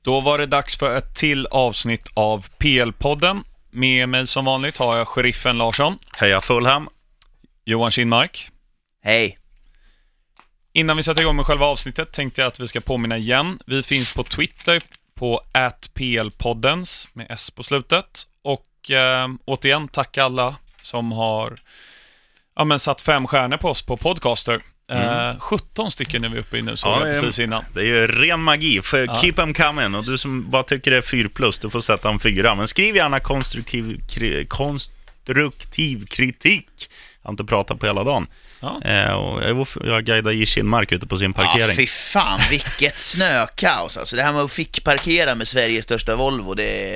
Då var det dags för ett till avsnitt av PL-podden. Med mig som vanligt har jag sheriffen Larsson. Heja Fulham. Johan Kinmark. Hej. Innan vi sätter igång med själva avsnittet tänkte jag att vi ska påminna igen. Vi finns på Twitter på @PL-poddens med S på slutet. Och återigen tack alla som har satt 5 stjärnor på oss på Podcaster. 17 stycken är vi uppe i nu, så jag precis innan. Det är ju ren magi, för keep them coming. Och du som bara tycker det är 4+, du får sätta en 4. Men skriv gärna konstruktiv kritik. Jag har inte pratat på hela dagen. Och jag guidar Gishin Mark ute på sin parkering. Ja, fy fan, vilket snökaos. Alltså, det här med att fick parkera med Sveriges största Volvo, det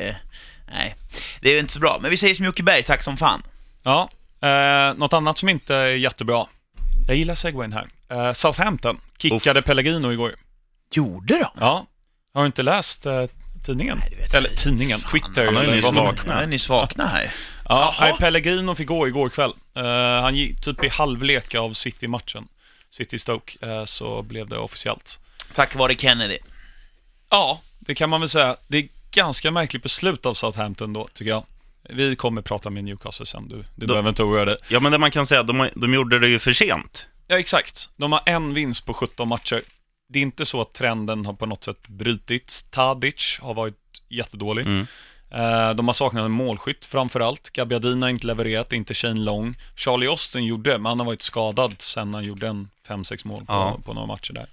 är ju inte så bra. Men vi säger som Mjockeberg, tack som fan. Ja, något annat som inte är jättebra. Jag gillar segwayn här. Southampton kickade Pellegrino igår. Gjorde de? Ja, har du inte läst tidningen? Nej, eller tidningen, Twitter. Han är nyss vakna här. Ja, Pellegrino fick gå igår kväll. Han gick typ i halvlek av City-matchen. City-Stoke, så blev det officiellt. Tack vare Kennedy. Ja, det kan man väl säga. Det är ganska märkligt beslut av Southampton då, tycker jag. Vi kommer prata med Newcastle sen, du behöver inte oroa dig. Ja, men det man kan säga, de gjorde det ju för sent. Ja, exakt. De har en vinst på 17 matcher. Det är inte så att trenden har på något sätt brutits. Tadic har varit jättedålig. De har saknat en målskytt framförallt. Gabbiadini har inte levererat, inte Shane Long. Charlie Austin gjorde, men han har varit skadad sen han gjorde en 5-6 mål på några matcher där.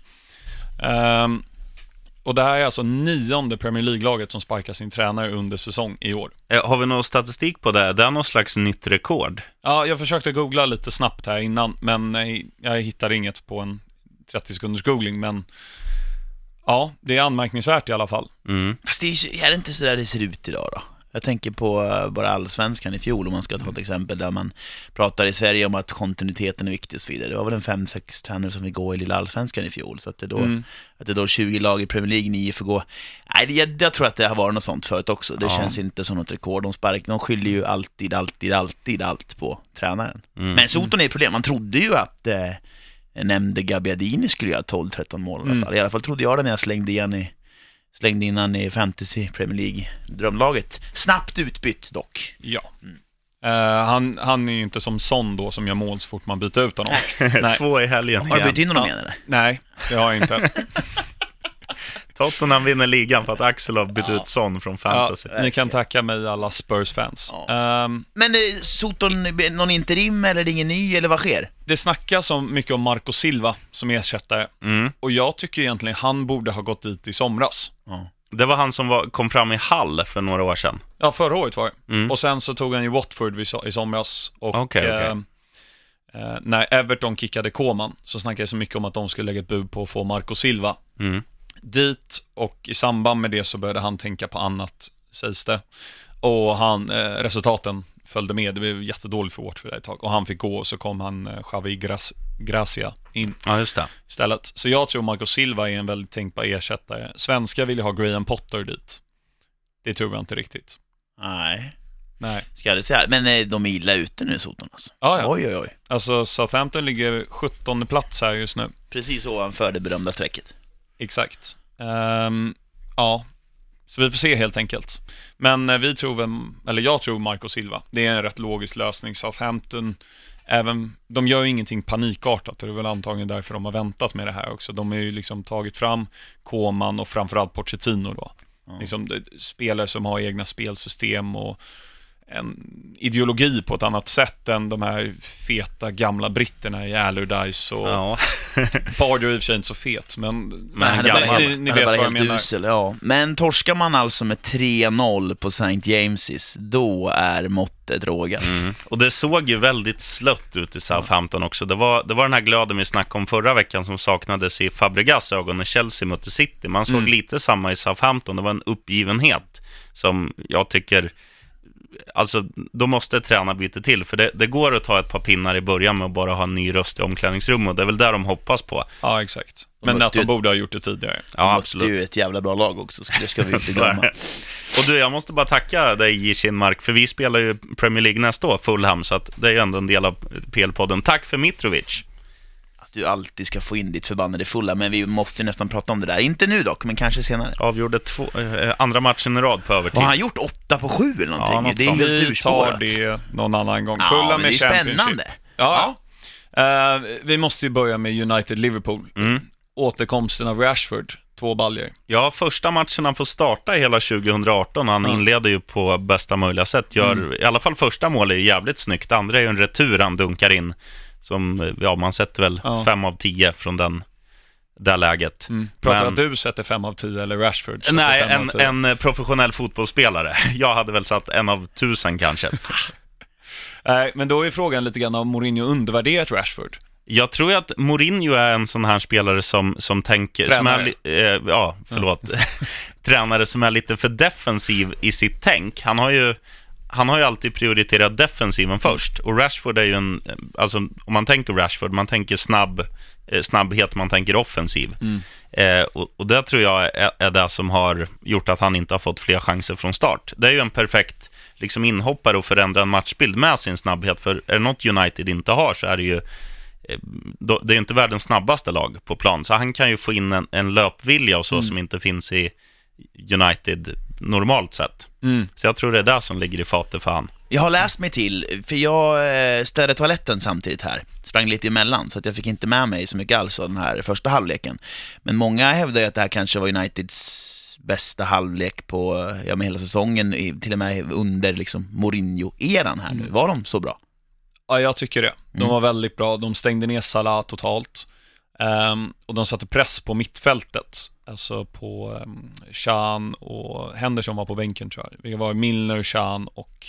Och det här är alltså 9:e Premier League-laget som sparkar sin tränare under säsong i år. Har vi någon statistik på det? Det är någon slags nytt rekord. Ja, jag försökte googla lite snabbt här innan, men jag hittade inget på en 30 sekunders googling. Men ja, det är anmärkningsvärt i alla fall. Fast det är det inte så där det ser ut idag då? Jag tänker på bara allsvenskan i fjol, om man ska ta ett exempel där man pratar i Sverige om att kontinuiteten är viktig och så vidare. Det var väl en 5-6 tränare som fick gå i lilla allsvenskan i fjol, så att det är då 20 lag i Premier League, 9 får gå. Nej, jag tror att det har varit något sånt förut också. Det känns inte som något rekord. De skyller ju alltid allt på tränaren. Men Soton är ett problem. Man trodde ju att nämnde Gabbiadini skulle göra 12-13 mål i alla fall. I alla fall trodde jag det när jag slängde in han i Fantasy Premier League-drömlaget. Snabbt utbytt dock. Ja. Han är ju inte som Son då, som gör mål så fort man byter ut honom. Nej. 2 i helgen. Har du bytt in honom igen eller? Nej, det har jag inte. Tottenham vinner ligan för att Axel har bytt ut Son från Fantasy. Ni kan tacka mig alla Spurs-fans. Men Soton, någon interim eller är det ingen ny, eller vad sker? Det snackas mycket om Marco Silva som ersättare. Och jag tycker egentligen han borde ha gått dit i somras. Det var han som kom fram i Hall för några år sedan. Ja, förra året var det. Och sen så tog han ju Watford i somras. Och när Everton kickade Koman så snackades så mycket om att de skulle lägga ett bud på att få Marco Silva dit, och i samband med det så började han tänka på annat, sägs det. Och resultaten följde med. Det blev jättedåligt för Watford ett tag. Och han fick gå, och så kom han Javi Gracia in just det. istället. Så jag tror Marco Silva är en väldigt tänkbar ersättare. Svenska vill ju ha Graham Potter dit. Det tror jag inte riktigt. Nej. Ska det säga. Men de är illa ute nu, Soton alltså. Ja. Oj. Alltså Southampton ligger 17:e plats här just nu. Precis ovanför det berömda strecket. Exakt. Så vi får se helt enkelt. Men jag tror Marco Silva. Det är en rätt logisk lösning. Southampton, de gör ju ingenting panikartat, och det är väl antagligen därför de har väntat med det här också. De har ju liksom tagit fram Koman och framförallt Pochettino då. Liksom spelare som har egna spelsystem och en ideologi på ett annat sätt än de här feta gamla britterna i Allardyce och Pardew är i och för sig inte så fet, men ni vet vad jag menar. Usel, Men torskar man alltså med 3-0 på St. James's, då är måttet rågat. Och det såg ju väldigt slött ut i Southampton också. Det var den här glöden vi snackade om förra veckan som saknades i Fabregas ögon när Chelsea mötte City. Man såg lite samma i Southampton. Det var en uppgivenhet som jag tycker, alltså då måste tränarna byta till, för det går att ta ett par pinnar i början med att bara ha en ny röst i omklädningsrum, och det är väl där de hoppas på. Ja, exakt. Men att de borde ha gjort det tidigare. Ja, absolut. Det är ju ett jävla bra lag också, så det ska vi inte glömma. Och jag måste bara tacka dig, Gishin Mark, för vi spelar ju Premier League nästa år, Fulham, så att det är ju ändå en del av PL-podden. Tack för Mitrovic. du alltid ska få in ditt förbannade fulla, men vi måste ju nästan prata om det där. Inte nu dock, men kanske senare. Avgjorde andra matchen i rad på övertid. Har han gjort 8 på 7 eller någonting? Ja, det är ju vi tar det någon annan gång. Ja, men det är spännande. Ja. Vi måste ju börja med United-Liverpool. Återkomsten av Rashford, 2 baljor. Ja, första matchen han får starta hela 2018. Han inleder ju på bästa möjliga sätt. I alla fall första målet är jävligt snyggt. Andra är ju en retur han dunkar in. Som, man sätter väl 5 av 10 från det läget. Pratar att du sätter 5 av 10 eller Rashford? Nej, en professionell fotbollsspelare. Jag hade väl satt 1 av 1000 kanske. Men då är frågan lite grann, av Mourinho undervärderat Rashford? Jag tror att Mourinho är en sån här spelare som tänker... Tränare. Tränare som är lite för defensiv i sitt tänk. Han har ju alltid prioriterat defensiven först. Och Rashford är ju alltså om man tänker Rashford, man tänker snabbhet, man tänker offensiv. Och det tror jag är det som har gjort att han inte har fått fler chanser från start. Det är ju en perfekt liksom inhoppare och förändra en matchbild med sin snabbhet. För är det något United inte har så är det ju... Det är inte världens snabbaste lag på plan. Så han kan ju få in en löpvilja och så som inte finns i United normalt sett. Så jag tror det är det som ligger i fatet för han. Jag har läst mig till, för jag städade toaletten samtidigt här. Sprang lite emellan så att jag fick inte med mig så mycket alls av den här första halvleken. Men många hävdar ju att det här kanske var Uniteds bästa halvlek på med hela säsongen, till och med under liksom Mourinho-eran här nu. Var de så bra? Ja, jag tycker det. De var väldigt bra. De stängde ner Salah totalt. Och de satte press på mittfältet. Alltså på Chan och Henderson var på bänken, tror jag. Det var Milner, Chan och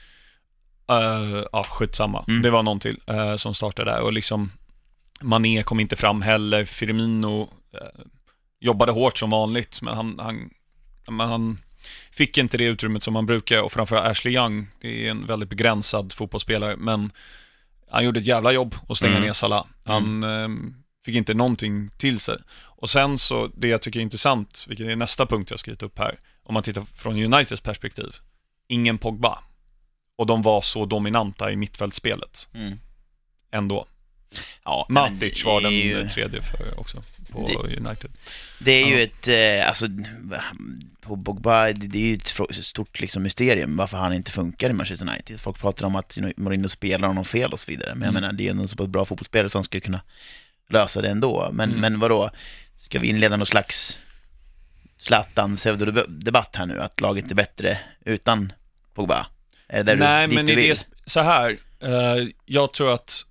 skitsamma. Det var någon till som startade där. Och liksom Mané kom inte fram heller. Firmino jobbade hårt som vanligt, men han fick inte det utrymmet som man brukar. Och framförallt Ashley Young, det är en väldigt begränsad fotbollsspelare, men han gjorde ett jävla jobb att stänga ner Salah. Han fick inte någonting till sig. Och sen så, det jag tycker är intressant, vilket är nästa punkt jag skrivit upp här, om man tittar från Uniteds perspektiv, ingen Pogba. Och de var så dominanta i mittfältsspelet. Ändå. Ja, Matic var den tredje för också på United. Det är ju ett alltså på Pogba, det är ju ett stort liksom mysterium varför han inte funkar i Manchester United. Folk pratar om att Mourinho spelar honom fel och så vidare. Men jag menar, det är en så pass bra fotbollsspelare som skulle kunna lösa det ändå. Men vadå? Ska vi inleda någon slags Zlatan-pseudo-debatt här nu? Att laget är bättre utan Pogba? Nej, men det är så här. Jag tror att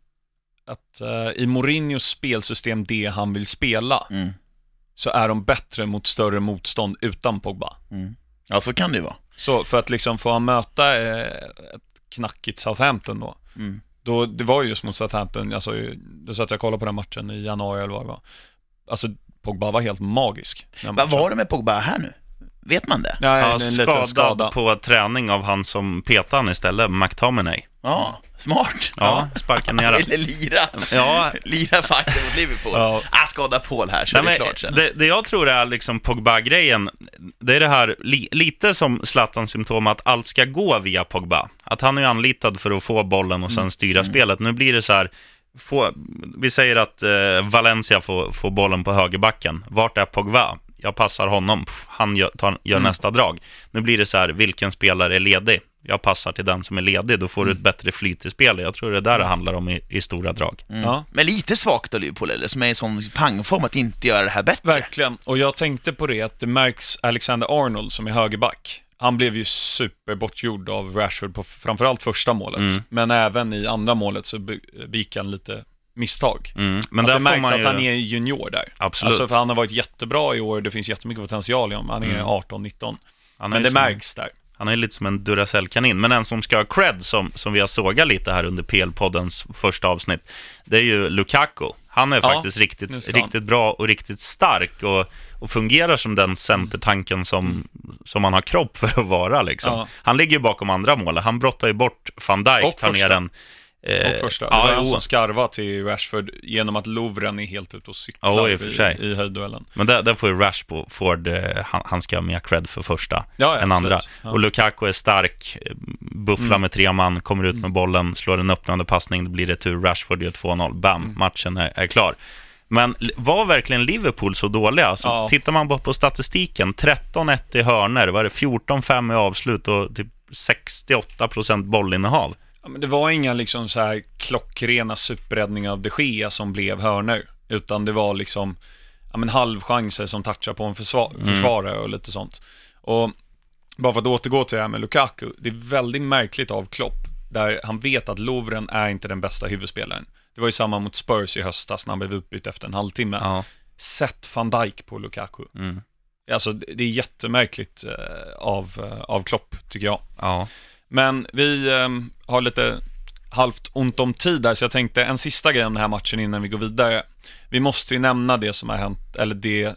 i Mourinhos spelsystem, det han vill spela, så är de bättre mot större motstånd utan Pogba. Ja, så kan det ju vara. Så för att liksom få han möta ett knackigt Southampton då det var ju just mot Southampton, alltså, då satt jag och kollade på den matchen i januari eller vad det var. Alltså Pogba var helt magisk. Vad var det med Pogba här nu? Vet man det? Nej, skadad på träning av han som petade han istället, McTominay. Ja, smart. Ja, sparka ner. Eller lira. Ja, lira fighten mot Liverpool. Ja. Skada Paul här, så det är klart sen. Det jag tror är liksom Pogba-grejen, det är det här lite som Zlatan-symptom, att allt ska gå via Pogba. Att han är anlitad för att få bollen och sen styra spelet. Nu blir det så här, vi säger att Valencia får bollen på högerbacken. Vart är Pogba? Jag passar honom, han gör nästa drag. Nu blir det så här, vilken spelare är ledig? Jag passar till den som är ledig, då får du ett bättre flyt i spelet. Jag tror det där det handlar om i stora drag. Ja. Men lite svagt av Liverpool, eller som är en sån pangform att inte göra det här bättre. Verkligen, och jag tänkte på det, att det märks Alexander-Arnold som är högerback. Han blev ju superbortgjord av Rashford på framförallt första målet. Men även i andra målet så begick han lite misstag. Men det märks att han är junior där. Absolut. Alltså, för han har varit jättebra i år. Det finns jättemycket potential i honom. Han är 18-19. Men det märks där. Han är lite som en Duracell-kanin. Men en som ska ha cred, som vi har sågat lite här under PL-poddens första avsnitt, det är ju Lukaku. Han är faktiskt riktigt bra och riktigt stark och fungerar som den centertanken som man har kropp för att vara liksom. Han ligger ju bakom andra mål. Han brottar ju bort Van Dijk, tar ner Och första. Det var han som skarva till Rashford genom att Lovren är helt ute och cyklar i höjdduellen. Men där får ju Rashford, han ska ha mer cred för första än andra. Ja. Och Lukaku är stark, bufflar med 3 man, kommer ut med bollen, slår en öppnande passning, det blir retur, Rashford gör 2-0, bam, matchen är klar. Men var verkligen Liverpool så dåliga? Alltså, tittar man på statistiken, 13-1 i hörner, var det 14-5 i avslut och typ 68% bollinnehav. Ja, men det var inga liksom så här klockrena superräddningar av De Gea som blev hörner, utan det var liksom halvchanser som touchar på en försvarare och lite sånt. Och bara för att återgå till det här med Lukaku, det är väldigt märkligt av Klopp, där han vet att Lovren är inte den bästa huvudspelaren. Det var ju samma mot Spurs i höstas när han blev utbytt efter en halvtimme. Ja. Sätt Van Dijk på Lukaku. Alltså det är jättemärkligt av Klopp, tycker jag. Ja. Men vi har lite halvt ont om tid där, så jag tänkte en sista grej om den här matchen innan vi går vidare. Vi måste ju nämna det som har hänt, eller det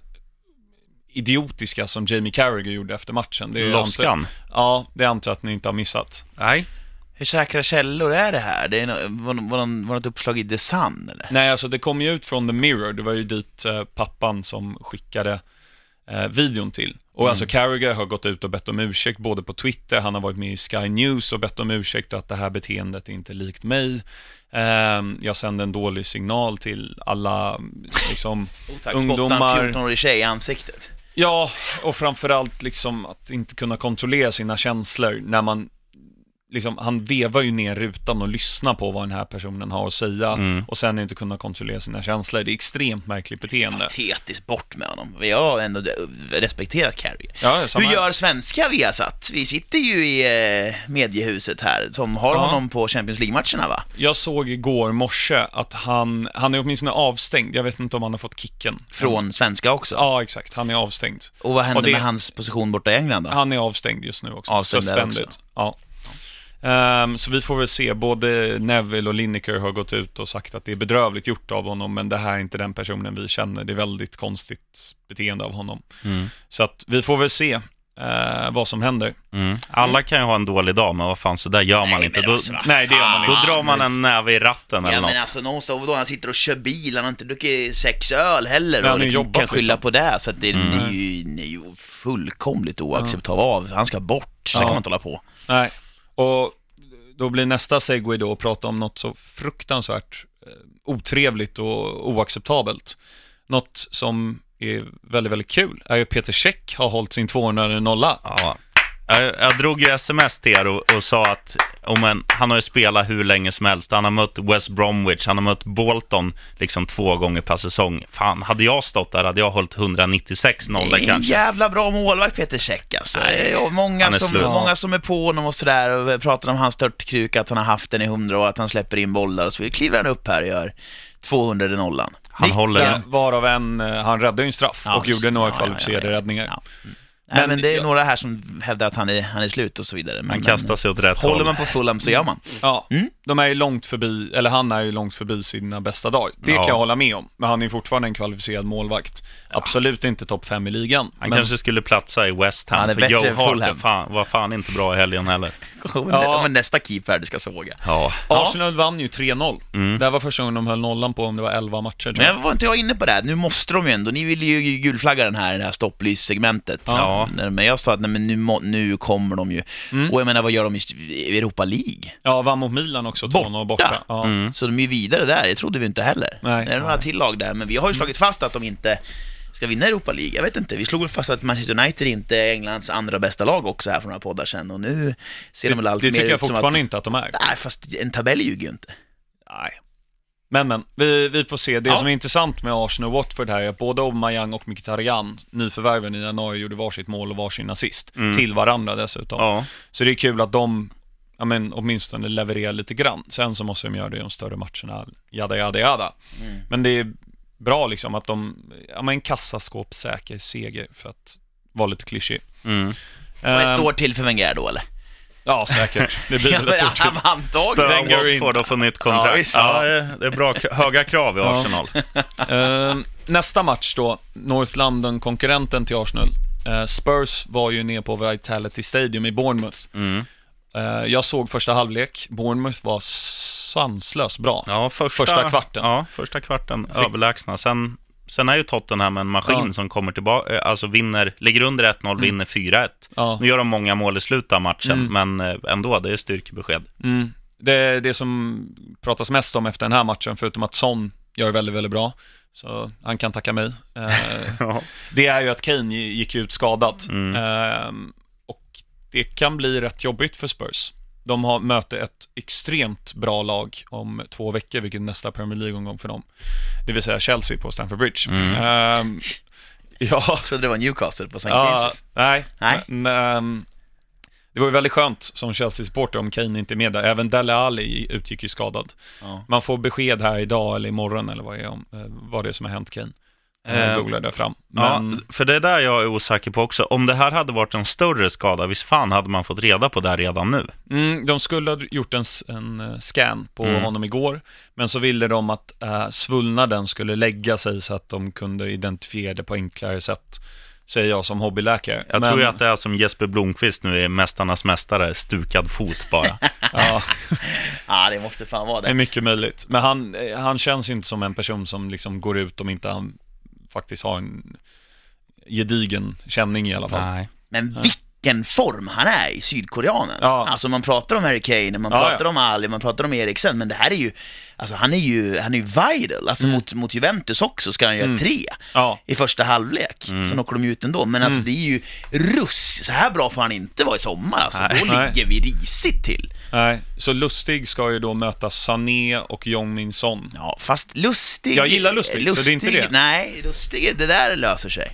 idiotiska som Jamie Carragher gjorde efter matchen. Det är Loskan? Det antar jag att ni inte har missat. Nej. Hur säkra källor är det här? Det var något uppslag i The Sun, eller? Nej, alltså det kom ju ut från The Mirror. Det var ju dit pappan som skickade videon till. Och alltså Carragher har gått ut och bett om ursäkt både på Twitter, han har varit med i Sky News och bett om ursäkt att det här beteendet är inte likt mig. Jag sände en dålig signal till alla liksom, ungdomar. 14-årig tjej i ansiktet. Ja, och framförallt liksom att inte kunna kontrollera sina känslor när man liksom, han vevar ju ner rutan och lyssnar på vad den här personen har att säga och sen inte kunna kontrollera sina känslor. Det är extremt märkligt beteende. Patetiskt bort med honom. Vi har ändå respekterat Carragher. Ja, hur gör svenska Viasat? Vi sitter ju i mediehuset här som har honom på Champions League-matcherna, va? Jag såg igår morse att han är åtminstone avstängd. Jag vet inte om han har fått kicken. Från svenska också? Ja, exakt. Han är avstängd. Och vad händer med hans position borta i England då? Han är avstängd just nu också. Avstängd suspended. Också. Ja. Så vi får väl se, både Neville och Lineker har gått ut och sagt att det är bedrövligt gjort av honom, men det här är inte den personen vi känner. Det är väldigt konstigt beteende av honom. Så att vi får väl se vad som händer. Alla kan ju ha en dålig dag, men vad fan, så där gör man inte. Nej, det gör man inte. Då drar man en näve i ratten eller något. Men alltså någonstans då han sitter och kör bil, han har inte druckit 6 öl heller och liksom kan skylla på det, så att det är ju fullkomligt oacceptabelt. Han ska bort, så kan man inte hålla på. Nej. Och då blir nästa segway då att prata om något så fruktansvärt otrevligt och oacceptabelt. Något som är väldigt, väldigt kul är ju Peter Cech har hållit sin 200-nolla. Ja. Jag drog ju sms till er och sa att han har ju spelat hur länge som helst. Han har mött West Bromwich, han har mött Bolton liksom 2 gånger per säsong. Fan, hade jag stått där hade jag hållit 196-0 där kanske. Jävla bra målvakt Peter Cech alltså. Många som är på honom och sådär och pratar om hans störtkruka, att han har haft den i 100 och att han släpper in bollar och så kliver han upp här och gör 200-nollan. Han håller varav han räddade ju en straff och gjorde några kvalificerade räddningar. Ja. Men det är några här som hävdar att han är slut och så vidare. Han kastar sig åt rätt håll. Håller man på Fulham så gör man. Ja, de är ju långt förbi, eller han är ju långt förbi sina bästa dagar. Det kan jag hålla med om. Men han är fortfarande en kvalificerad målvakt. Absolut inte topp 5 i ligan. Han kanske skulle platsa i West Ham. För Joe Hart var fan inte bra i helgen heller. Men nästa keeper du ska såga. Ja. Arsenal vann ju 3-0. Det var första gången de höll nollan på, om det var 11 matcher. Men var inte jag inne på det här? Nu måste de ju ändå. Ni vill ju gulflagga det här stopplys-segmentet. Ja. Men jag sa att nu kommer de ju. Och jag menar, vad gör de i Europa League? Ja, vann mot Milan också, 2-0 borta. Ja. Så de är ju vidare där, det trodde vi inte heller. Nej. Det är några tillag där, men vi har ju slagit fast att de inte ska vinna Europa League. Jag vet inte, vi slog väl fast att Manchester United inte är Englands andra bästa lag också här för några poddar sedan. Och nu ser de väl allt mer ut som att... Det tycker jag fortfarande inte att de är. Nej, fast en tabell ljuger ju inte. Nej. Men vi får se. Det som är intressant med Arsenal och Watford här är att både Aubameyang och Mkhitaryan, nyförvärven i januari, gjorde varsitt mål och varsin assist till varandra dessutom. Ja. Så det är kul att de åtminstone levererar lite grann. Sen så måste de göra det i de större matcherna. Jada. Men det är bra liksom att de en kassaskåpssäker seger, för att vara lite klyschig. Och ett år till för Wenger då, eller? Ja, säkert. Det blir väl ett år till. Wenger får då få nytt kontrakt. Ja, det är bra, höga krav i Arsenal. Nästa match då, North London-konkurrenten till Arsenal. Spurs var ju nere på Vitality Stadium i Bournemouth. Jag såg första halvlek. Bournemouth var sanslöst bra. Ja, första kvarten. Ja, första kvarten överlägsna. Sen är ju Tottenham en maskin som kommer tillbaka, alltså ligger under 1-0, vinner 4-1. Ja. Nu gör de många mål i slutet av matchen, men ändå, det är styrkebesked. Det som pratas mest om efter den här matchen, förutom att Son gör väldigt, väldigt bra, så han kan tacka mig. Det är ju att Kane gick ut skadad. Och det kan bli rätt jobbigt för Spurs. De möter ett extremt bra lag om 2 veckor, vilket är nästa Premier League-omgång för dem. Det vill säga Chelsea på Stamford Bridge. Jag trodde det var Newcastle på St. James. Nej. Men, det var ju väldigt skönt som Chelsea-supporter om Kane inte är med där. Även Dele Alli utgick ju skadad. Man får besked här idag eller imorgon eller vad det är som har hänt Kane. Googlar där fram. Men... Ja, för det är där jag är osäker på också. Om det här hade varit en större skada, visst fan hade man fått reda på det redan nu? De skulle ha gjort en scan på honom igår. Men så ville de att svullnaden skulle lägga sig så att de kunde identifiera det på enklare sätt. Säger jag som hobbyläkare. Jag tror ju att det är som Jesper Blomqvist nu är mästarnas mästare, stukad fot bara. Ja, det måste fan vara det. Det är mycket möjligt. Men han känns inte som en person som liksom går ut om inte han faktiskt har en gedigen känning i alla fall. Nej. Men vilken form han är i, sydkoreanen. Alltså man pratar om Harry Kane, man pratar om Ali, man pratar om Eriksen, men det här är ju, alltså han är ju vital. Alltså mot Juventus också ska han göra 3 i första halvlek. Sen åker de ut ändå. Men alltså det är ju så här bra får han inte vara i sommar. Alltså då ligger vi risigt till. Nej, så Lustig ska ju då möta Sané och Jong-Min Son. Ja, fast Lustig... Jag gillar Lustig, så det är inte det. Nej, Lustig, det där löser sig.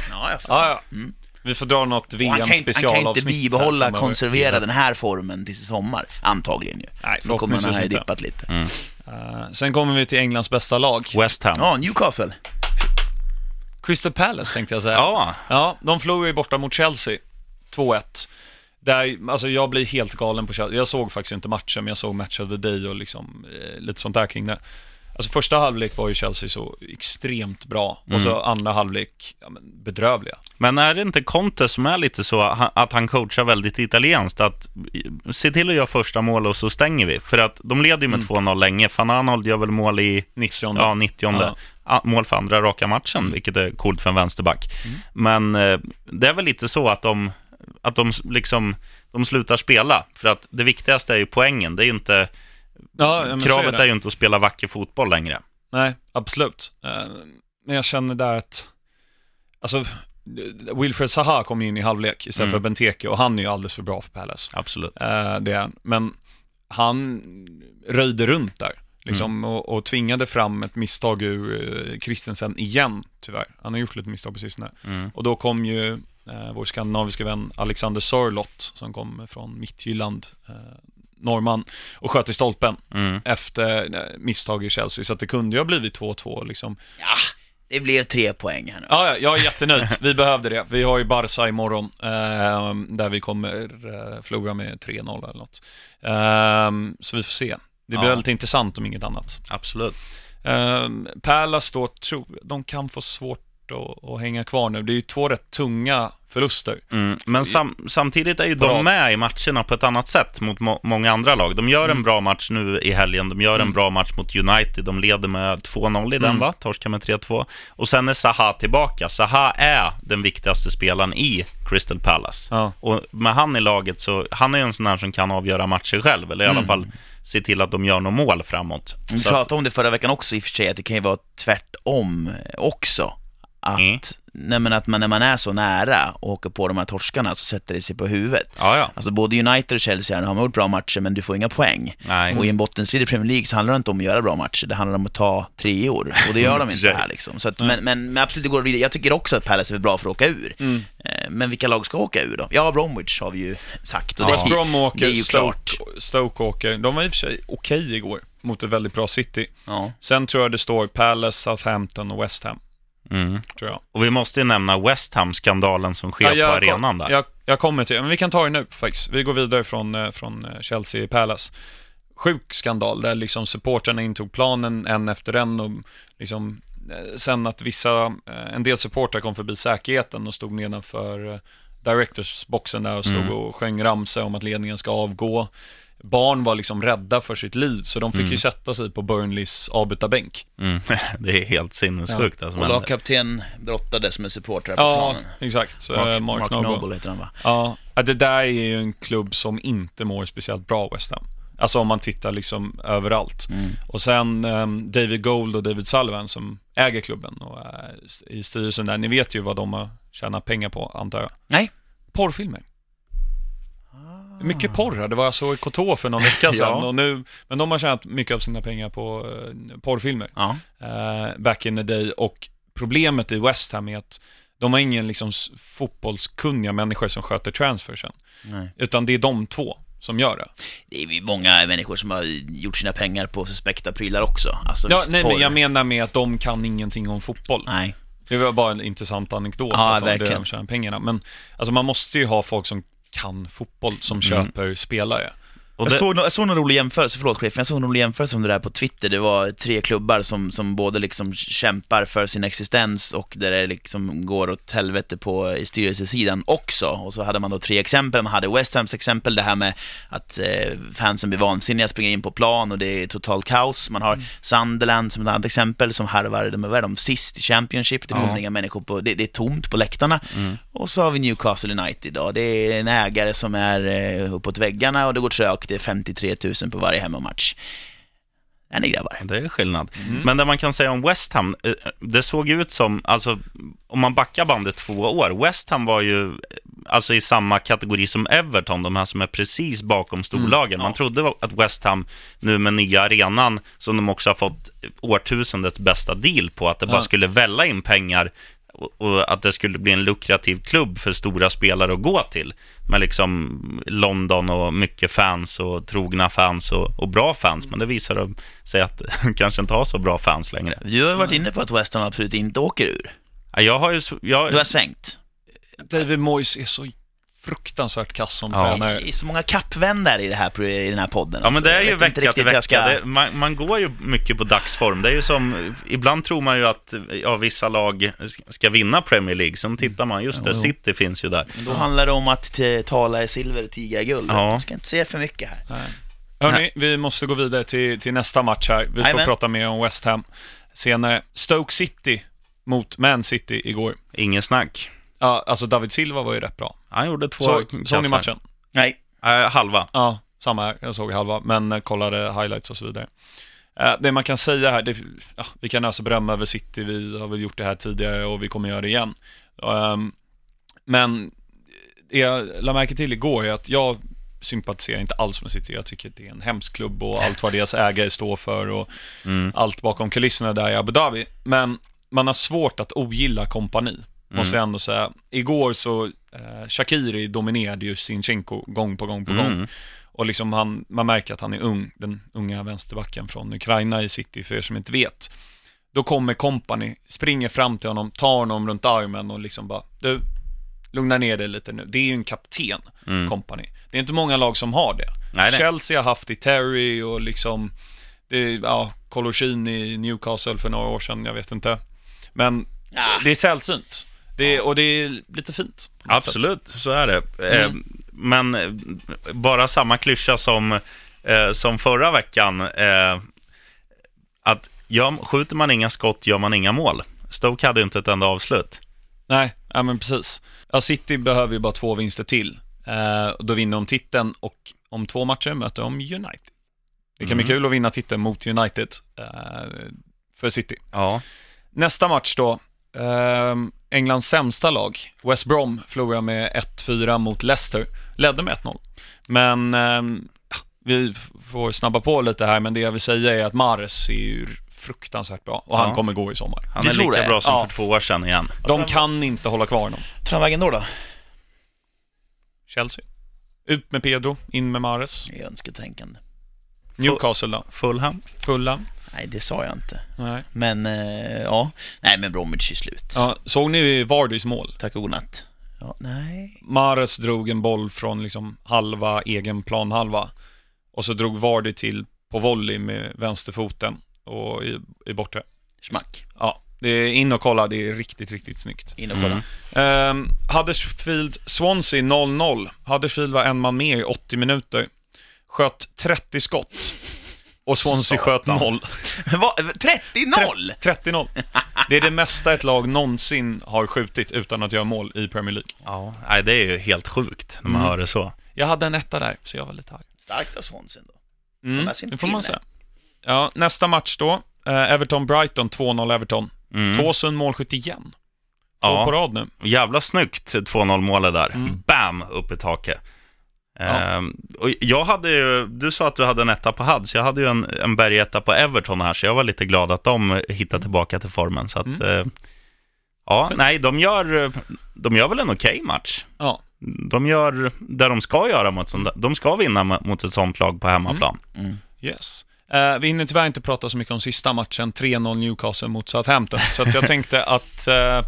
Vi får dra något VM-specialavsnitt. Han kan inte bibehålla, konservera den här formen till sommar, antagligen ju. Nej, då kommer han ha dippat lite. Sen kommer vi till Englands bästa lag. West Ham. Ja, Newcastle. Crystal Palace tänkte jag säga. Ja, de förlorade ju borta mot Chelsea 2-1. Alltså jag blir helt galen på Chelsea. Jag såg faktiskt inte matchen, men jag såg Match of the Day och liksom lite sånt där kring det. Alltså första halvlek var ju Chelsea så extremt bra. Och så andra halvlek bedrövliga. Men är det inte Conte som är lite så att han coachar väldigt italienskt, att se till att göra första mål och så stänger vi? För att de leder ju med 2-0 länge. Van Aanholt gör väl mål i 90:e. Mål för andra raka matchen, vilket är coolt för en vänsterback. Men det är väl lite så att de liksom de slutar spela. För att det viktigaste är ju poängen. Det är ju inte... kravet är ju inte att spela vacker fotboll längre. Nej, absolut. Men jag känner där att alltså Wilfred Zaha kom in i halvlek istället för Benteke, och han är ju alldeles för bra för Palace. Absolut. Det är, men han röjde runt där liksom, och tvingade fram ett misstag ur Christensen igen, tyvärr. Han har gjort lite misstag precis nu. Och då kom ju vår skandinaviska vän Alexander Sörlott som kom från Midtjylland, norrman, och sköt i stolpen efter misstag i Chelsea, så att det kunde ju ha blivit 2-2 liksom. Ja, det blev 3 poäng här nu. Ja, jag är jättenöjd. Vi behövde det. Vi har ju Barca imorgon där vi kommer förlora med 3-0 eller något. Så vi får se. Det blir väldigt intressant om inget annat. Absolut. Palace då, de kan få svårt att hänga kvar nu. Det är ju 2 rätt tunga förluster. Men samtidigt är ju de med i matcherna på ett annat sätt mot många andra lag. De gör en bra match nu i helgen. De gör en bra match mot United. De leder med 2-0 i den, va? Torskar med 3-2. Och sen är Zaha tillbaka. Zaha är den viktigaste spelaren i Crystal Palace. Och med han i laget, så han är ju en sån här som kan avgöra matcher själv. Eller i alla fall se till att de gör något mål framåt. Vi pratade om det förra veckan också i och för sig, att det kan ju vara tvärtom också. Att när man är så nära och åker på de här torskarna, så sätter det sig på huvudet. Alltså både United och Chelsea har gjort bra matcher, men du får inga poäng. Och i en bottenstrid i Premier League så handlar det inte om att göra bra matcher. Det handlar om att ta 3 år, och det gör de inte här liksom. Så att, men absolut, det går vidare. Jag tycker också att Palace är bra för att åka ur. Men vilka lag ska åka ur då? Ja, Bromwich har vi ju sagt, och det är ju klart. Stoke åker. De var i och för sig okej igår mot ett väldigt bra City. Sen tror jag det står Palace, Southampton och West Ham. Tror jag. Och vi måste ju nämna West Ham-skandalen som sker på arenan där. Jag kommer till, men vi kan ta det nu faktiskt. Vi går vidare från Chelsea Palace. Sjuk skandal där liksom supporterna intog planen en efter en, och liksom sen att en del supportrar kom förbi säkerheten och stod nedanför directors-boxen där och stod och sjöng ramsor om att ledningen ska avgå. Barn var liksom rädda för sitt liv, så de fick ju sätta sig på Burnleys avbytarbänk. Det är helt sinnessjukt. Alltså, och lagkapten brottades med supportrar på planen. Ja, exakt. Mark Noble heter han, va? Ja, det där är ju en klubb som inte mår speciellt bra, West Ham. Alltså om man tittar liksom överallt. Och sen David Gold och David Sullivan som äger klubben och är i styrelsen där. Ni vet ju vad de har tjänat pengar på, antar jag. Nej. Porrfilmer. Mycket porr. Det var jag så i Kotor för någon vecka sedan. Och nu, men de har tjänat mycket av sina pengar på porrfilmer. Back in the day. Och problemet i West Ham är att de har ingen liksom fotbollskunniga människor som sköter transfersen. Nej. Utan det är de två som gör det. Det är ju många människor som har gjort sina pengar på suspekta prylar också. Alltså, men jag menar med att de kan ingenting om fotboll. Nej. Det var bara en intressant anekdot att de tjänar pengarna. Men alltså, man måste ju ha folk som kan fotboll som köper spelare. Jag såg en rolig jämförelse, förlåt chefen, jag såg en rolig jämförelse om det där på Twitter. Det var 3 klubbar som både liksom kämpar för sin existens och där det liksom går åt helvete på i styrelsesidan också. Och så hade man då 3 exempel. Man hade West Hams exempel, det här med att fansen blir vansinniga, springer in på plan och det är total kaos. Man har Sunderland som ett annat exempel som harvar de sist i Championship. Det kommer inga människor på, det är tomt på läktarna. Och så har vi Newcastle United då. Det är en ägare som är uppåt väggarna och det går trögt. Det är 53 000 på varje hemmamatch. Är ni grabbar? Det är skillnad. Men det man kan säga om West Ham, det såg ut som, alltså om man backar bandet 2 år, West Ham var ju alltså i samma kategori som Everton, de här som är precis bakom storlagen. Man trodde att West Ham nu med nya arenan, som de också har fått årtusendets bästa deal på, att det bara skulle välla in pengar och att det skulle bli en lukrativ klubb för stora spelare att gå till, med liksom London och mycket fans och trogna fans och bra fans, men det visar sig att kanske inte har så bra fans längre. Du har varit inne på att West Ham absolut inte åker ur. Du har svängt. David Moyes är så fruktansvärt kass som tränare. Det är så många kappvändar i den här podden. Ja, men det är ju vecka till vecka. Man går ju mycket på dagsform. Det är ju som, ibland tror man ju att vissa lag ska vinna Premier League. Sen tittar man, just det, City finns ju där. Men då handlar det om att tala i silver och tiga guld. Du ska inte se för mycket här. Hörrni, vi måste gå vidare till nästa match här. Vi får prata mer om West Ham senare. Stoke City mot Man City igår. Ingen snack. Ja, alltså David Silva var ju rätt bra. Han gjorde 2 såg ni matchen? Nej. Halva. Ja, samma här. Jag såg halva, men kollade highlights och så vidare. Det man kan säga här, vi kan alltså berömma över City. Vi har väl gjort det här tidigare och vi kommer göra det igen. Men det jag la märke till igår är att jag sympatiserar inte alls med City. Jag tycker att det är en hemsk klubb och allt vad deras ägare står för och allt bakom kulisserna där i Abu Dhabi. Men man har svårt att ogilla kompani. Måste jag ändå säga. Igår så Shaqiri dominerade ju Zinchenko gång på gång. Och liksom man märker att han är ung, den unga vänsterbacken från Ukraina i City, för er som inte vet. Då kommer kompani, springer fram till honom, tar honom runt armen och liksom bara, du, lugna ner dig lite nu. Det är ju en kapten, kompani. Det är inte många lag som har det. Nej. Chelsea har haft det, Terry och liksom Colochin i Newcastle för några år sedan, jag vet inte. Men det är sällsynt. Och det är lite fint. Absolut, så är det. Men bara samma klyscha som förra veckan, att skjuter man inga skott gör man inga mål. Stoke hade inte ett enda avslut. Nej, men precis. City behöver ju bara 2 vinster till. Då vinner de titeln och om 2 matcher möter de United. Det kan bli kul att vinna titeln mot United för City. Ja. Nästa match då, Englands sämsta lag, West Brom, förlorade med 1-4 mot Leicester, ledde med 1-0. Men vi får snabba på lite här, men det jag vill säga är att Mahrez är ju fruktansvärt bra och han kommer gå i sommar. Han är lika bra som för 2 år sedan igen. De kan inte hålla kvar honom. Vägen då? Chelsea. Ut med Pedro, in med Mahrez. Det är önsketänkande. Newcastle då? Fulham. Nej, det sa jag inte. Nej. Men nej, men Bromwich är slut. Ja, såg ni Vardys mål? Tack och godnatt. Ja, nej. Mahrez drog en boll från liksom halva egen planhalva och så drog Vardy till på volley med vänsterfoten och i bortre. Smack. Ja, det är in och kolla, det är riktigt, riktigt snyggt. In och kolla. Huddersfield Swansea 0-0. Huddersfield var en man med i 80 minuter. Sköt 30 skott. Och Swansea sköt 0. 30-0? 30-0. Det är det mesta ett lag någonsin har skjutit utan att göra mål i Premier League. Ja, nej, det är ju helt sjukt när man hör det så. Jag hade en etta där, så jag var lite arg. Starkt av Swansea då. Det får man säga. Ja, nästa match då. Everton-Brighton, 2-0 Everton. Tåsen målskytt igen. Två på rad nu. Jävla snyggt 2-0-målet där. Bam, upp i taket. Och jag hade ju, du sa att du hade en etta på Hudds. Jag hade ju en bergetta på Everton här, så jag var lite glad att de hittade tillbaka till formen. Så att, nej, de gör väl en okej match. Ja. De gör det de ska göra de ska vinna mot ett sånt lag på hemmaplan. Yes. Vi hinner tyvärr inte prata så mycket om sista matchen, 3-0 Newcastle mot Southampton. Så att jag tänkte att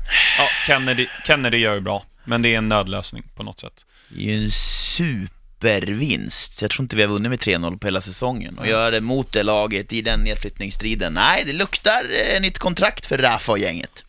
Kennedy gör ju bra, men det är en nödlösning på något sätt. Det är ju en supervinst. Jag tror inte vi har vunnit med 3-0 på hela säsongen. Och göra det mot det laget i den nedflyttningsstriden. Nej, det luktar nytt kontrakt för Rafa och gänget.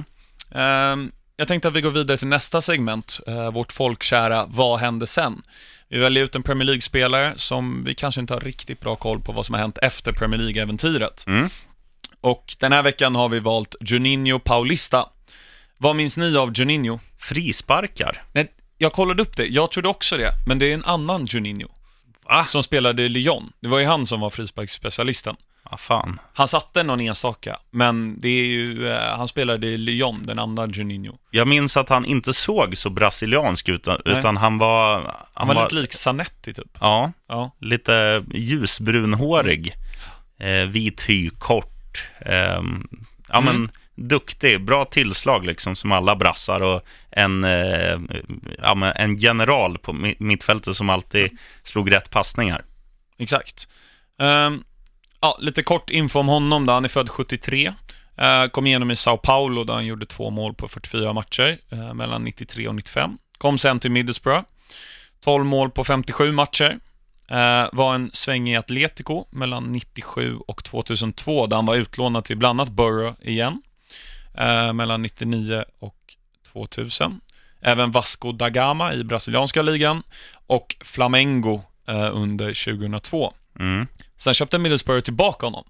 Jag tänkte att vi går vidare till nästa segment. Vårt folkkära Vad hände sen? Vi väljer ut en Premier League-spelare som vi kanske inte har riktigt bra koll på vad som har hänt efter Premier League-äventyret. Och den här veckan har vi valt Juninho Paulista. Vad minns ni av Juninho? Frisparkar. Nej, jag kollade upp det. Jag trodde också det. Men det är en annan Juninho som spelade i Lyon. Det var ju han som var frisparksspecialisten. Fan. Han satte någon enstaka, men det är ju han spelade i Lyon, den andra Juninho. Jag minns att han inte såg så brasiliansk ut, utan han var lite lik Zanetti typ. Ja. Lite ljusbrunhårig, vit hy, kort. Men duktig, bra tillslag liksom, som alla brassar, och en general på mittfältet som alltid slog rätt passningar. Exakt. Lite kort info om honom då. Han är född 73. Kom igenom i Sao Paulo där han gjorde 2 mål på 44 matcher mellan 93 och 95. Kom sen till Middlesbrough. 12 mål på 57 matcher. Var en sväng i Atletico mellan 97 och 2002 där han var utlånad till bland annat Borough igen. Mellan 99 och 2000. Även Vasco da Gama i brasilianska ligan och Flamengo under 2002. Sen köpte Middlesbrough tillbaka honom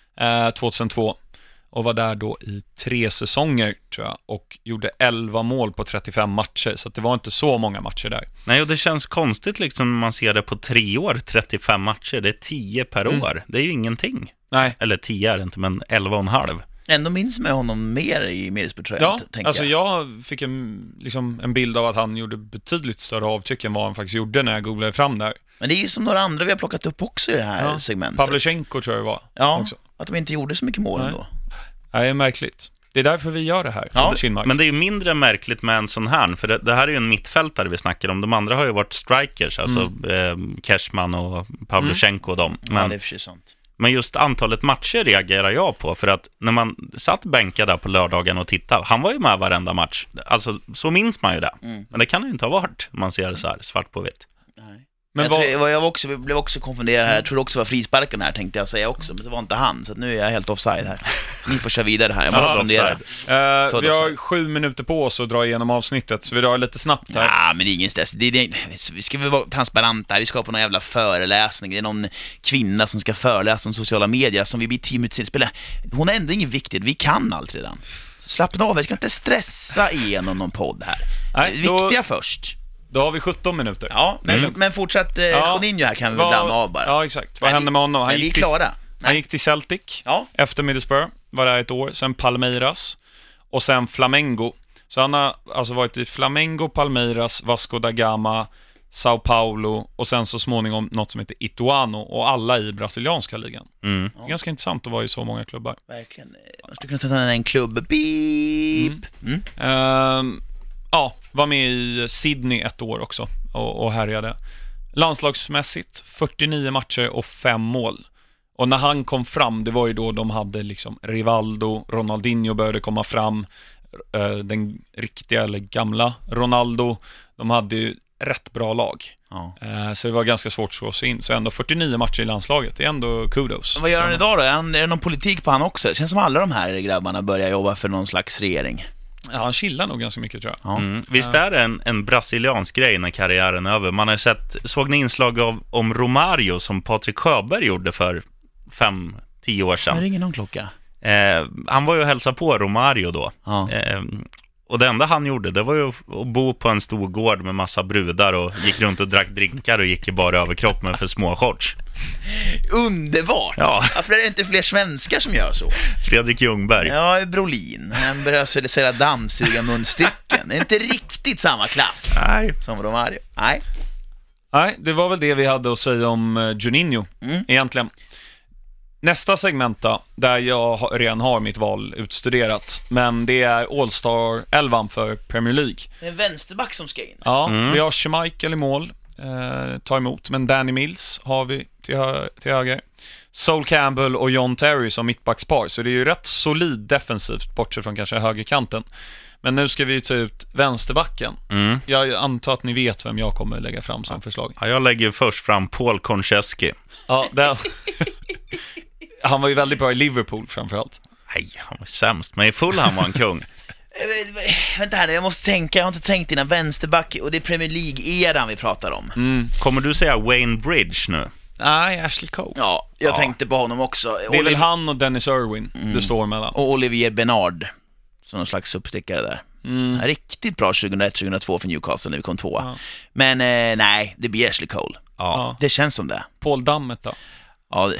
2002 och var där då i 3 säsonger tror jag, och gjorde 11 mål på 35 matcher, så att det var inte så många matcher där. Nej, och det känns konstigt liksom när man ser det på 3 år, 35 matcher, det är 10 per år. Det är ju ingenting. Nej. Eller 10 är det inte, men 11,5. Ändå minns med honom mer i Middlesbrough, tror jag. Ja, alltså jag fick en bild av att han gjorde betydligt större avtryck än vad han faktiskt gjorde när jag googlade fram där. Men det är ju som några andra vi har plockat upp också i det här segmentet. Pavlyuchenko tror jag det var. Ja, också. Att de inte gjorde så mycket mål ändå. Nej, det är märkligt. Det är därför vi gör det här. Ja, men det är ju mindre märkligt med en sån här, för det här är ju en mittfältare vi snackar om. De andra har ju varit strikers, alltså Cashman och Pavlyuchenko och dem. Men, det är för sånt. Men just antalet matcher reagerar jag på, för att när man satt bänkad där på lördagen och tittade, han var ju med varenda match. Alltså, så minns man ju det. Men det kan ju inte ha varit, man ser det så här svart på vitt. Nej. Men jag blev också konfunderad här. Jag tror också var frisparken här, tänkte jag säga också. Men det var inte han, så nu är jag helt offside här. Ni får köra vidare här, jag måste fundera. Vi har 7 minuter på oss att dra igenom avsnittet, så vi drar lite snabbt här. Ja, men det är ingen stress. Vi ska väl vara transparenta här. Vi ska på någon jävla föreläsning. Det är någon kvinna som ska föreläsa om sociala medier som vi blir 10 minuter spela. Hon är ändå inget viktigt. Vi kan allt redan. Slappna av, vi ska inte stressa igenom någon podd här. Nej, viktiga först. Då har vi 17 minuter. Ja, men fortsatt Juninho här kan vi väl damma av bara. Ja, exakt. Vad hände med honom? Han gick till Celtic efter Middlesbrough. Var där ett år. Sen Palmeiras. Och sen Flamengo. Så han har alltså varit i Flamengo, Palmeiras, Vasco da Gama, Sao Paulo och sen så småningom något som heter Ituano, och alla i brasilianska ligan. Det är ganska intressant att vara i så många klubbar. Verkligen. Man skulle kunna ta en klubb. Beep. Var med i Sydney ett år också och härjade. Landslagsmässigt 49 matcher och 5 mål. Och när han kom fram, det var ju då de hade liksom Rivaldo, Ronaldinho började komma fram, den riktiga eller gamla Ronaldo. De hade ju rätt bra lag. Ja. Så det var ganska svårt att slå sig in. Så ändå 49 matcher i landslaget, det är ändå kudos. Vad gör han idag då? Är det någon politik på han också? Det känns som alla de här grabbarna börjar jobba för någon slags regering. Ja, han chillar nog ganska mycket, tror jag. Ja. Visst är det en brasiliansk grej när karriären är över? Man har såg ni inslag om Romario som Patrik Sjöberg gjorde för 5-10 år sedan? Det ringer någon klocka. Han var ju och hälsade på Romario då. Ja. Och det enda han gjorde, det var ju att bo på en stor gård med massa brudar och gick runt och drack drinkar och gick i bara överkropp med för små shorts. Underbart! Ja. Varför är det inte fler svenskar som gör så? Fredrik Ljungberg. Ja, Brolin. Han börjar sälja dammsuga munstycken. Det är inte riktigt samma klass Nej. som Romario. Nej. Nej, det var väl det vi hade att säga om Juninho, egentligen. Nästa segment då, där jag redan har mitt val utstuderat. Men det är All-Star 11 för Premier League. Det är en vänsterback som ska in. Ja, vi har Schmeichel i mål, ta emot. Men Danny Mills har vi till höger. Sol Campbell och John Terry som mittbackspar. Så det är ju rätt solid defensivt, bortsett från kanske högerkanten. Men nu ska vi ta ut vänsterbacken. Jag antar att ni vet vem jag kommer lägga fram som förslag. Ja, jag lägger först fram Paul Konchesky. Ja, han var ju väldigt bra i Liverpool framförallt. Nej, han var sämst. Men i Fulham var han kung. Vänta här, jag måste tänka. Jag har inte tänkt innan. Vänsterback, och det är Premier League-eran vi pratar om. Kommer du säga Wayne Bridge nu? Nej, Ashley Cole. Ja, jag tänkte på honom också. Det är väl han och Dennis Irwin det står mellan. Och Olivier Bernard, som någon slags uppstickare där. Riktigt bra 2001-2002 för Newcastle när vi kom tvåa. Ja. Men nej, det blir Ashley Cole. Ja. Det känns som det. Paul Dammet då? Ja,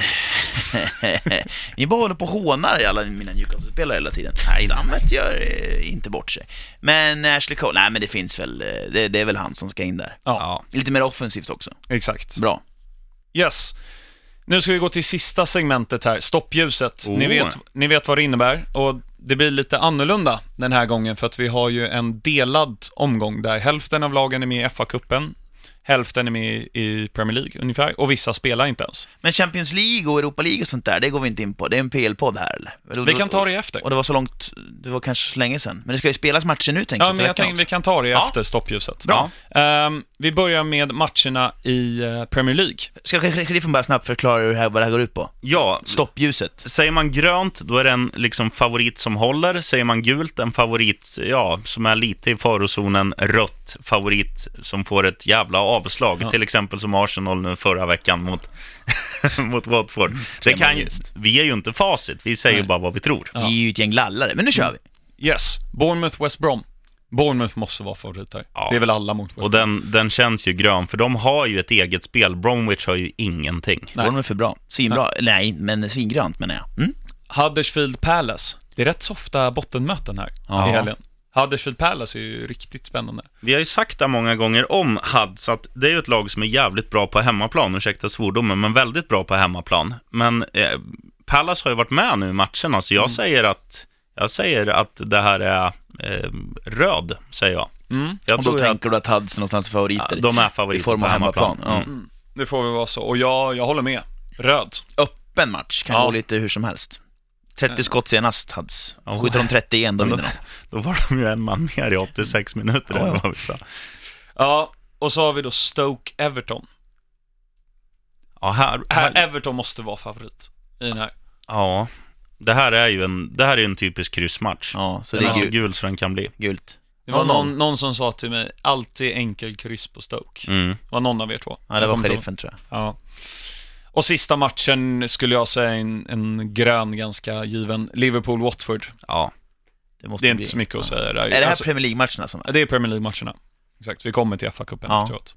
ni bara håller på och hånar alla mina Newcastle-spelare hela tiden. Nej, Dammet gör inte bort sig. Men Ashley Cole, nej men det finns väl, det är väl han som ska in där. Ja. Lite mer offensivt också. Exakt. Bra. Yes. Nu ska vi gå till sista segmentet här, stoppljuset. Ni vet vad det innebär. Och det blir lite annorlunda den här gången, för att vi har ju en delad omgång där hälften av lagen är med i FA-cupen, hälften är med i Premier League ungefär, och vissa spelar inte ens. Men Champions League och Europa League och sånt där, det går vi inte in på. Det är en PL-podd här, eller? Vi kan ta det efter. Och det var så långt, det var kanske så länge sedan. Men det ska ju spelas matcher nu, tänker jag. Ja, men jag tänkte vi kan ta det efter stoppljuset. Bra. Vi börjar med matcherna i Premier League. Ska sheriffen bara snabbt förklara vad det här går ut på? Ja, Stoppljuset. säger man grönt, då är det en liksom favorit som håller. Säger man gult, en favorit som är lite i farozonen. Rött, favorit som får ett jävla avslag. Till exempel som Arsenal nu förra veckan mot Watford. Vi är ju inte facit, vi säger bara vad vi tror. Vi är ju ett gäng lallare, men nu kör vi. Yes, Bournemouth, West Brom. Bournemouth måste vara favorit här. Det är väl alla mot West Brom. Och den känns ju grön, för de har ju ett eget spel. Bromwich har ju ingenting. Bournemouth är för bra. Svinbra. Nej, men svingrönt menar jag. Huddersfield Palace. Det är rätt softa bottenmöten här i helgen. Huddersfield Palace är ju riktigt spännande. Vi har ju sagt det många gånger om Huds, att det är ju ett lag som är jävligt bra på hemmaplan, ursäkta svordomen, men väldigt bra på hemmaplan. Men Palace har ju varit med nu i matcherna, så jag säger att det här är röd, säger jag. Och då tänker du att Huds är någonstans favoriter? De är favoriter i form av på hemmaplan. Det får väl vara så. Och jag håller med. Röd. Öppen match, kan gå lite hur som helst. 30 skott senast Huds. Skjuter de 31, då vinner de. Då var de ju en man mer i 86 minuter. Eller vad vi sa. Ja, och så har vi då Stoke Everton. Ja, här Everton måste vara favorit i den här. Ja, det här är ju en typisk kryssmatch. Ja, så den det är gul så den kan bli. Gult. Det var någon som sa till mig, alltid enkel kryss på Stoke. Det var någon av er två. Ja, det var sheriffen, tror jag. Ja. Och sista matchen skulle jag säga en grön, ganska given. Liverpool-Watford. Ja. Det är inte så mycket att säga där. Är det här Premier League-matcherna som är? Det är Premier League-matcherna. Exakt, vi kommer till FA-cupen efteråt.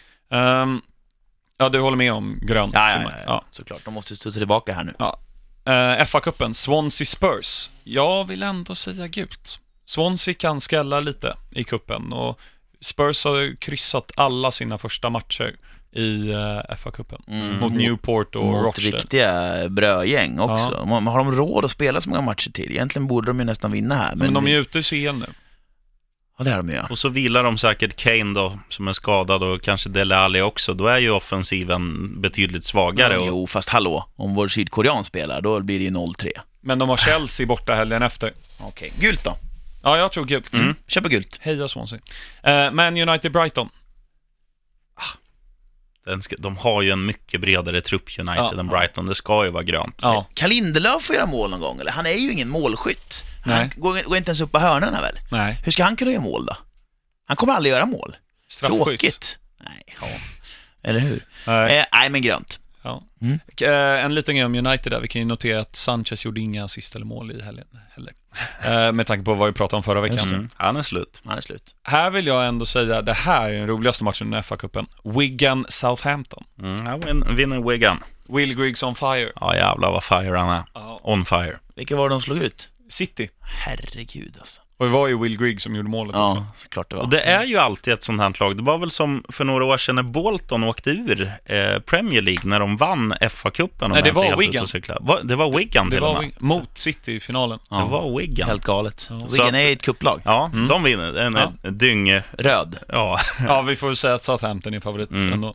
Du håller med om grön. Ja, såklart. De måste stå tillbaka här nu. Ja. FA-cupen, Swansea Spurs. Jag vill ändå säga gult. Swansea kan skälla lite i kuppen, och Spurs har kryssat alla sina första matcher i FA-cupen mot Newport och mot Rochdale. Riktiga brödgäng också. Har de råd att spela så många matcher till? Egentligen borde de ju nästan vinna här. Men de är ute i CL nu. Ja, det är de ju. Och så vilar de säkert Kane då, som är skadad, och kanske Dele Alli också. Då är ju offensiven betydligt svagare. Jo, fast hallå, om vår sydkorean spelar, då blir det ju 0-3. Men de har Chelsea borta helgen efter. Okej, gult då? Ja, jag tror gult. Kör på gult. Heja Swansea. Man United Brighton. De har ju en mycket bredare trupp United än Brighton. Det ska ju vara grönt. Ja. Kan Lindelöf få göra mål någon gång? Eller? Han är ju ingen målskytt. Han Nej. går inte ens upp på hörnorna väl? Nej. Hur ska han kunna göra mål då? Han kommer aldrig göra mål. Straffskytt. Tråkigt. Nej, ja. Eller hur? Nej. Nej, men grönt. Ja. Mm. En liten grej om United där. Vi kan ju notera att Sanchez gjorde inga assist eller mål i helgen heller. Med tanke på vad vi pratade om förra veckan. Han är slut. Här vill jag ändå säga, det här är den roligaste matchen i FA-cupen. Wigan-Southampton. Han vinner Wigan. Will Griggs on fire. Ja, jävlar vad fire han är. Ja. On fire. Vilka var de slog ut? City. Herregud alltså. Och det var ju Will Griggs som gjorde målet också. Ja, såklart det var. Och det är ju alltid ett sånt här lag. Det var väl som för några år sedan när Bolton åkte ur Premier League när de vann FA-cupen. Nej, det var Wigan. Det var Wigan till och med. Mot City i finalen. Det var Wigan. Helt galet. Ja. Wigan är ett kupplag. Ja, de vinner. En dyng... Röd. Ja. Ja, vi får väl säga att Southampton är favorit ändå.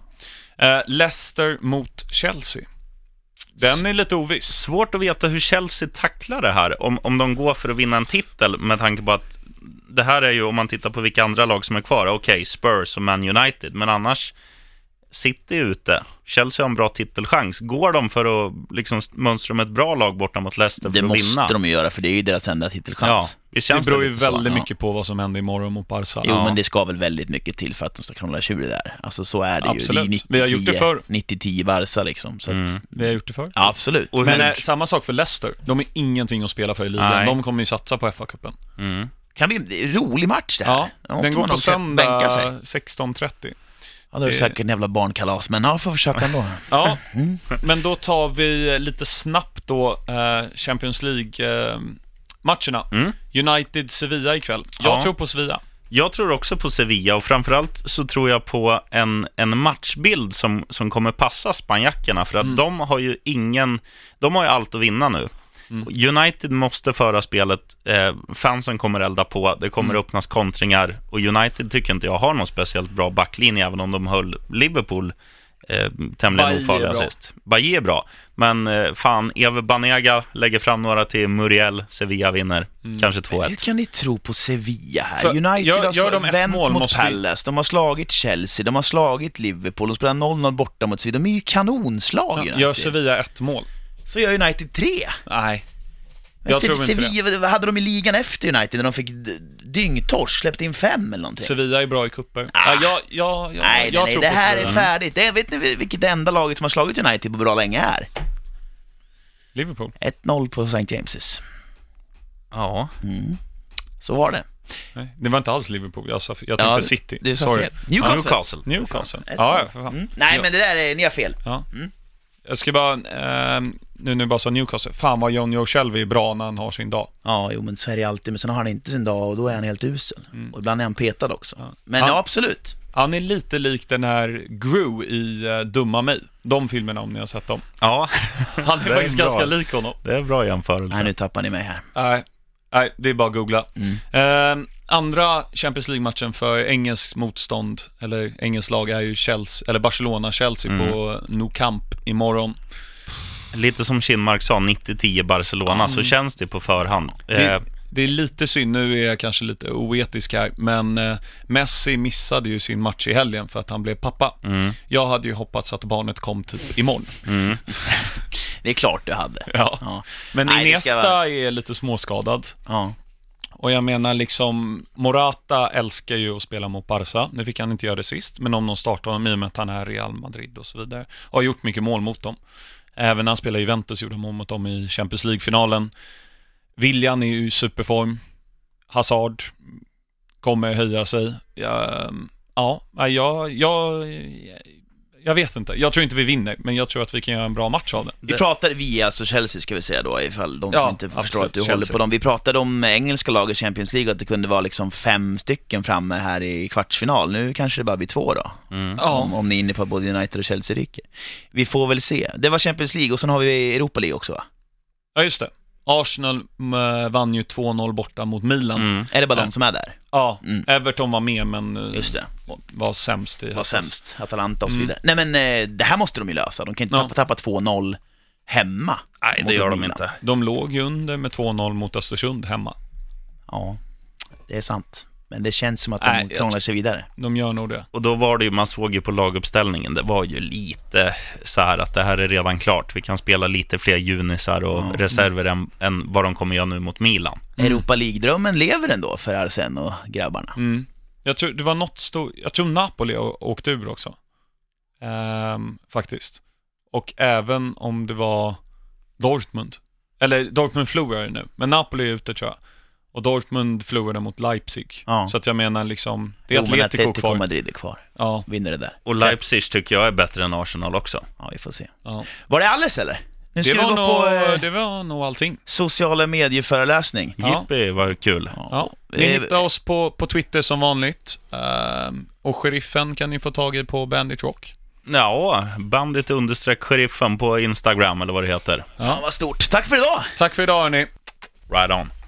Leicester mot Chelsea. Den är lite oviss. Svårt att veta hur Chelsea tacklar det här. Om de går för att vinna en titel med tanke på att det här är ju, om man tittar på vilka andra lag som är kvar. Okej, Spurs och Man United. Men annars City ute. Chelsea har en bra titelchans. Går de för att liksom mönstra med ett bra lag borta mot Leicester för Det att vinna? Det måste de ju göra, för det är ju deras enda titelchans. Ja, Det beror ju lite väldigt så, mycket på vad som händer imorgon mot Barca. Jo, men det ska väl väldigt mycket till för att de ska krångla tjur det där. Alltså så är det Absolut. ju. Det är 90-10, Vi har gjort det förr. 90-10 Barca liksom. Så att, Vi har gjort det förr. ja, absolut. Och Men samma sak för Leicester. De är ingenting att spela för i ligan. Nej. De kommer ju satsa på FA-cupen. Kan bli en rolig match det här. Ja, Då måste den går man på nog bänka sig. söndag 16:30. Ja, det är säkert en jävla barnkalas, men ja, får försöka ändå. Ja, men då tar vi lite snabbt då Champions League-matcherna. United-Sevilla ikväll. Jag tror på Sevilla. Jag tror också på Sevilla, och framförallt så tror jag på en matchbild som kommer passa spanjackerna, för att de har ju allt att vinna nu. United måste föra spelet, fansen kommer elda på, det kommer öppnas kontringar, och United tycker inte jag har någon speciellt bra backlinje, även om de höll Liverpool tämligen ofarliga sist. Bailly är bra, men fan, Eve Banega lägger fram några till Muriel, Sevilla vinner, kanske 2-1. Hur kan ni tro på Sevilla här? För United gör de har ett vänt mål mot måste Palace, de har slagit Chelsea, de har slagit Liverpool och spelar 0-0 borta mot Sevilla. De är ju kanonslag United. Gör Sevilla ett mål? Så gör United 3. Nej. Men Jag tror inte Sevilla, vad hade de i ligan efter United när de fick dyngtors, släppte in 5 eller någonting? Sevilla är bra i kupper. Nej, jag tror det på här Sevilla. är färdigt. Vet ni vilket enda laget som har slagit United på bra länge är? Liverpool. 1-0 på St. James's. Ja. Så var det. Nej, det var inte alls Liverpool. Jag tänkte City. Du sa Sorry. fel. Newcastle. 1-0. Ja, för fan. Nej, men det där är, ni har fel. Ja. Jag ska bara, nu bara sa Newcastle. Fan vad Johnny O'Shelby är bra när han har sin dag. Ja, jo, men så är det alltid. Men sen har han inte sin dag och då är han helt usel. Och ibland är han petad också. Ja. Men ja, absolut. Han är lite lik den här Gru i Dumma mig. De filmerna, om ni har sett dem. Ja. Han är faktiskt bra. ganska lik honom. Det är bra jämförelse. Nej, nu tappar ni mig här. Nej, det är bara att googla. Andra Champions League-matchen för engelsk motstånd, eller engelsk lag, är ju Barcelona-Chelsea på Nou Camp imorgon. Lite som Kinmark sa, 90-10 Barcelona, så känns det på förhand. Det är lite synd, nu är jag kanske lite oetisk här, men Messi missade ju sin match i helgen för att han blev pappa. Jag hade ju hoppats att barnet kom typ imorgon. Det är klart du hade. Ja. Men Iniesta är lite småskadad. Ja. Och jag menar liksom, Morata älskar ju att spela mot Barca. Nu fick han inte göra det sist, men om de startar honom i och med att han är Real Madrid och så vidare. Och har gjort mycket mål mot dem. Även när han spelar i Juventus gjorde han mål mot dem i Champions League-finalen. Willian är ju i superform. Hazard kommer höja sig. Jag vet inte. Jag tror inte vi vinner, men jag tror att vi kan göra en bra match av det. Vi alltså Chelsea ska vi säga då, ifall de som inte förstår absolut, att du Chelsea håller på dem. Vi pratade om engelska lag i Champions League, att det kunde vara liksom 5 stycken framme här i kvartsfinal. Nu kanske det bara blir 2 då. Om ni är inne på både United och Chelsea ryker. Vi får väl se. Det var Champions League och sen har vi Europa League också, va? Ja, just det. Arsenal vann ju 2-0 borta mot Milan. Är det bara de som är där? Ja, Everton var med, men just det. var sämst i Atalanta och så vidare. Nej, men det här måste de ju lösa. De kan inte tappa 2-0 hemma. Nej, det gör de inte. De låg ju under med 2-0 mot Östersund hemma. Ja, det är sant. Men det känns som att de krånglar sig vidare. De gör nog det. Och då var det ju, man såg ju på laguppställningen, det var ju lite så här att det här är redan klart. Vi kan spela lite fler junisar och reserver än vad de kommer göra nu mot Milan. Europa League-drömmen lever ändå för Arsene och grabbarna. Jag tror det var jag tror Napoli åkte ur också. Faktiskt. Och även om det var Dortmund. Eller Dortmund förlorade nu, men Napoli är ute tror jag. Och Dortmund förlorade mot Leipzig. Ja. Så att jag menar liksom, det är Atletico kvar. Madrid är kvar. Ja. Vinner det där. Och Leipzig tycker jag är bättre än Arsenal också. Ja, vi får se. Ja. Var det alles eller? Nu ska det var nog allting. Sociala medieföreläsning. Jippi, var kul. Ja. Ni hittar oss på Twitter som vanligt. Och sheriffen kan ni få tag i på Bandit Rock. Ja, bandit_sheriffen på Instagram eller vad det heter. Ja, vad stort. Tack för idag. Tack för idag hörni. Right on.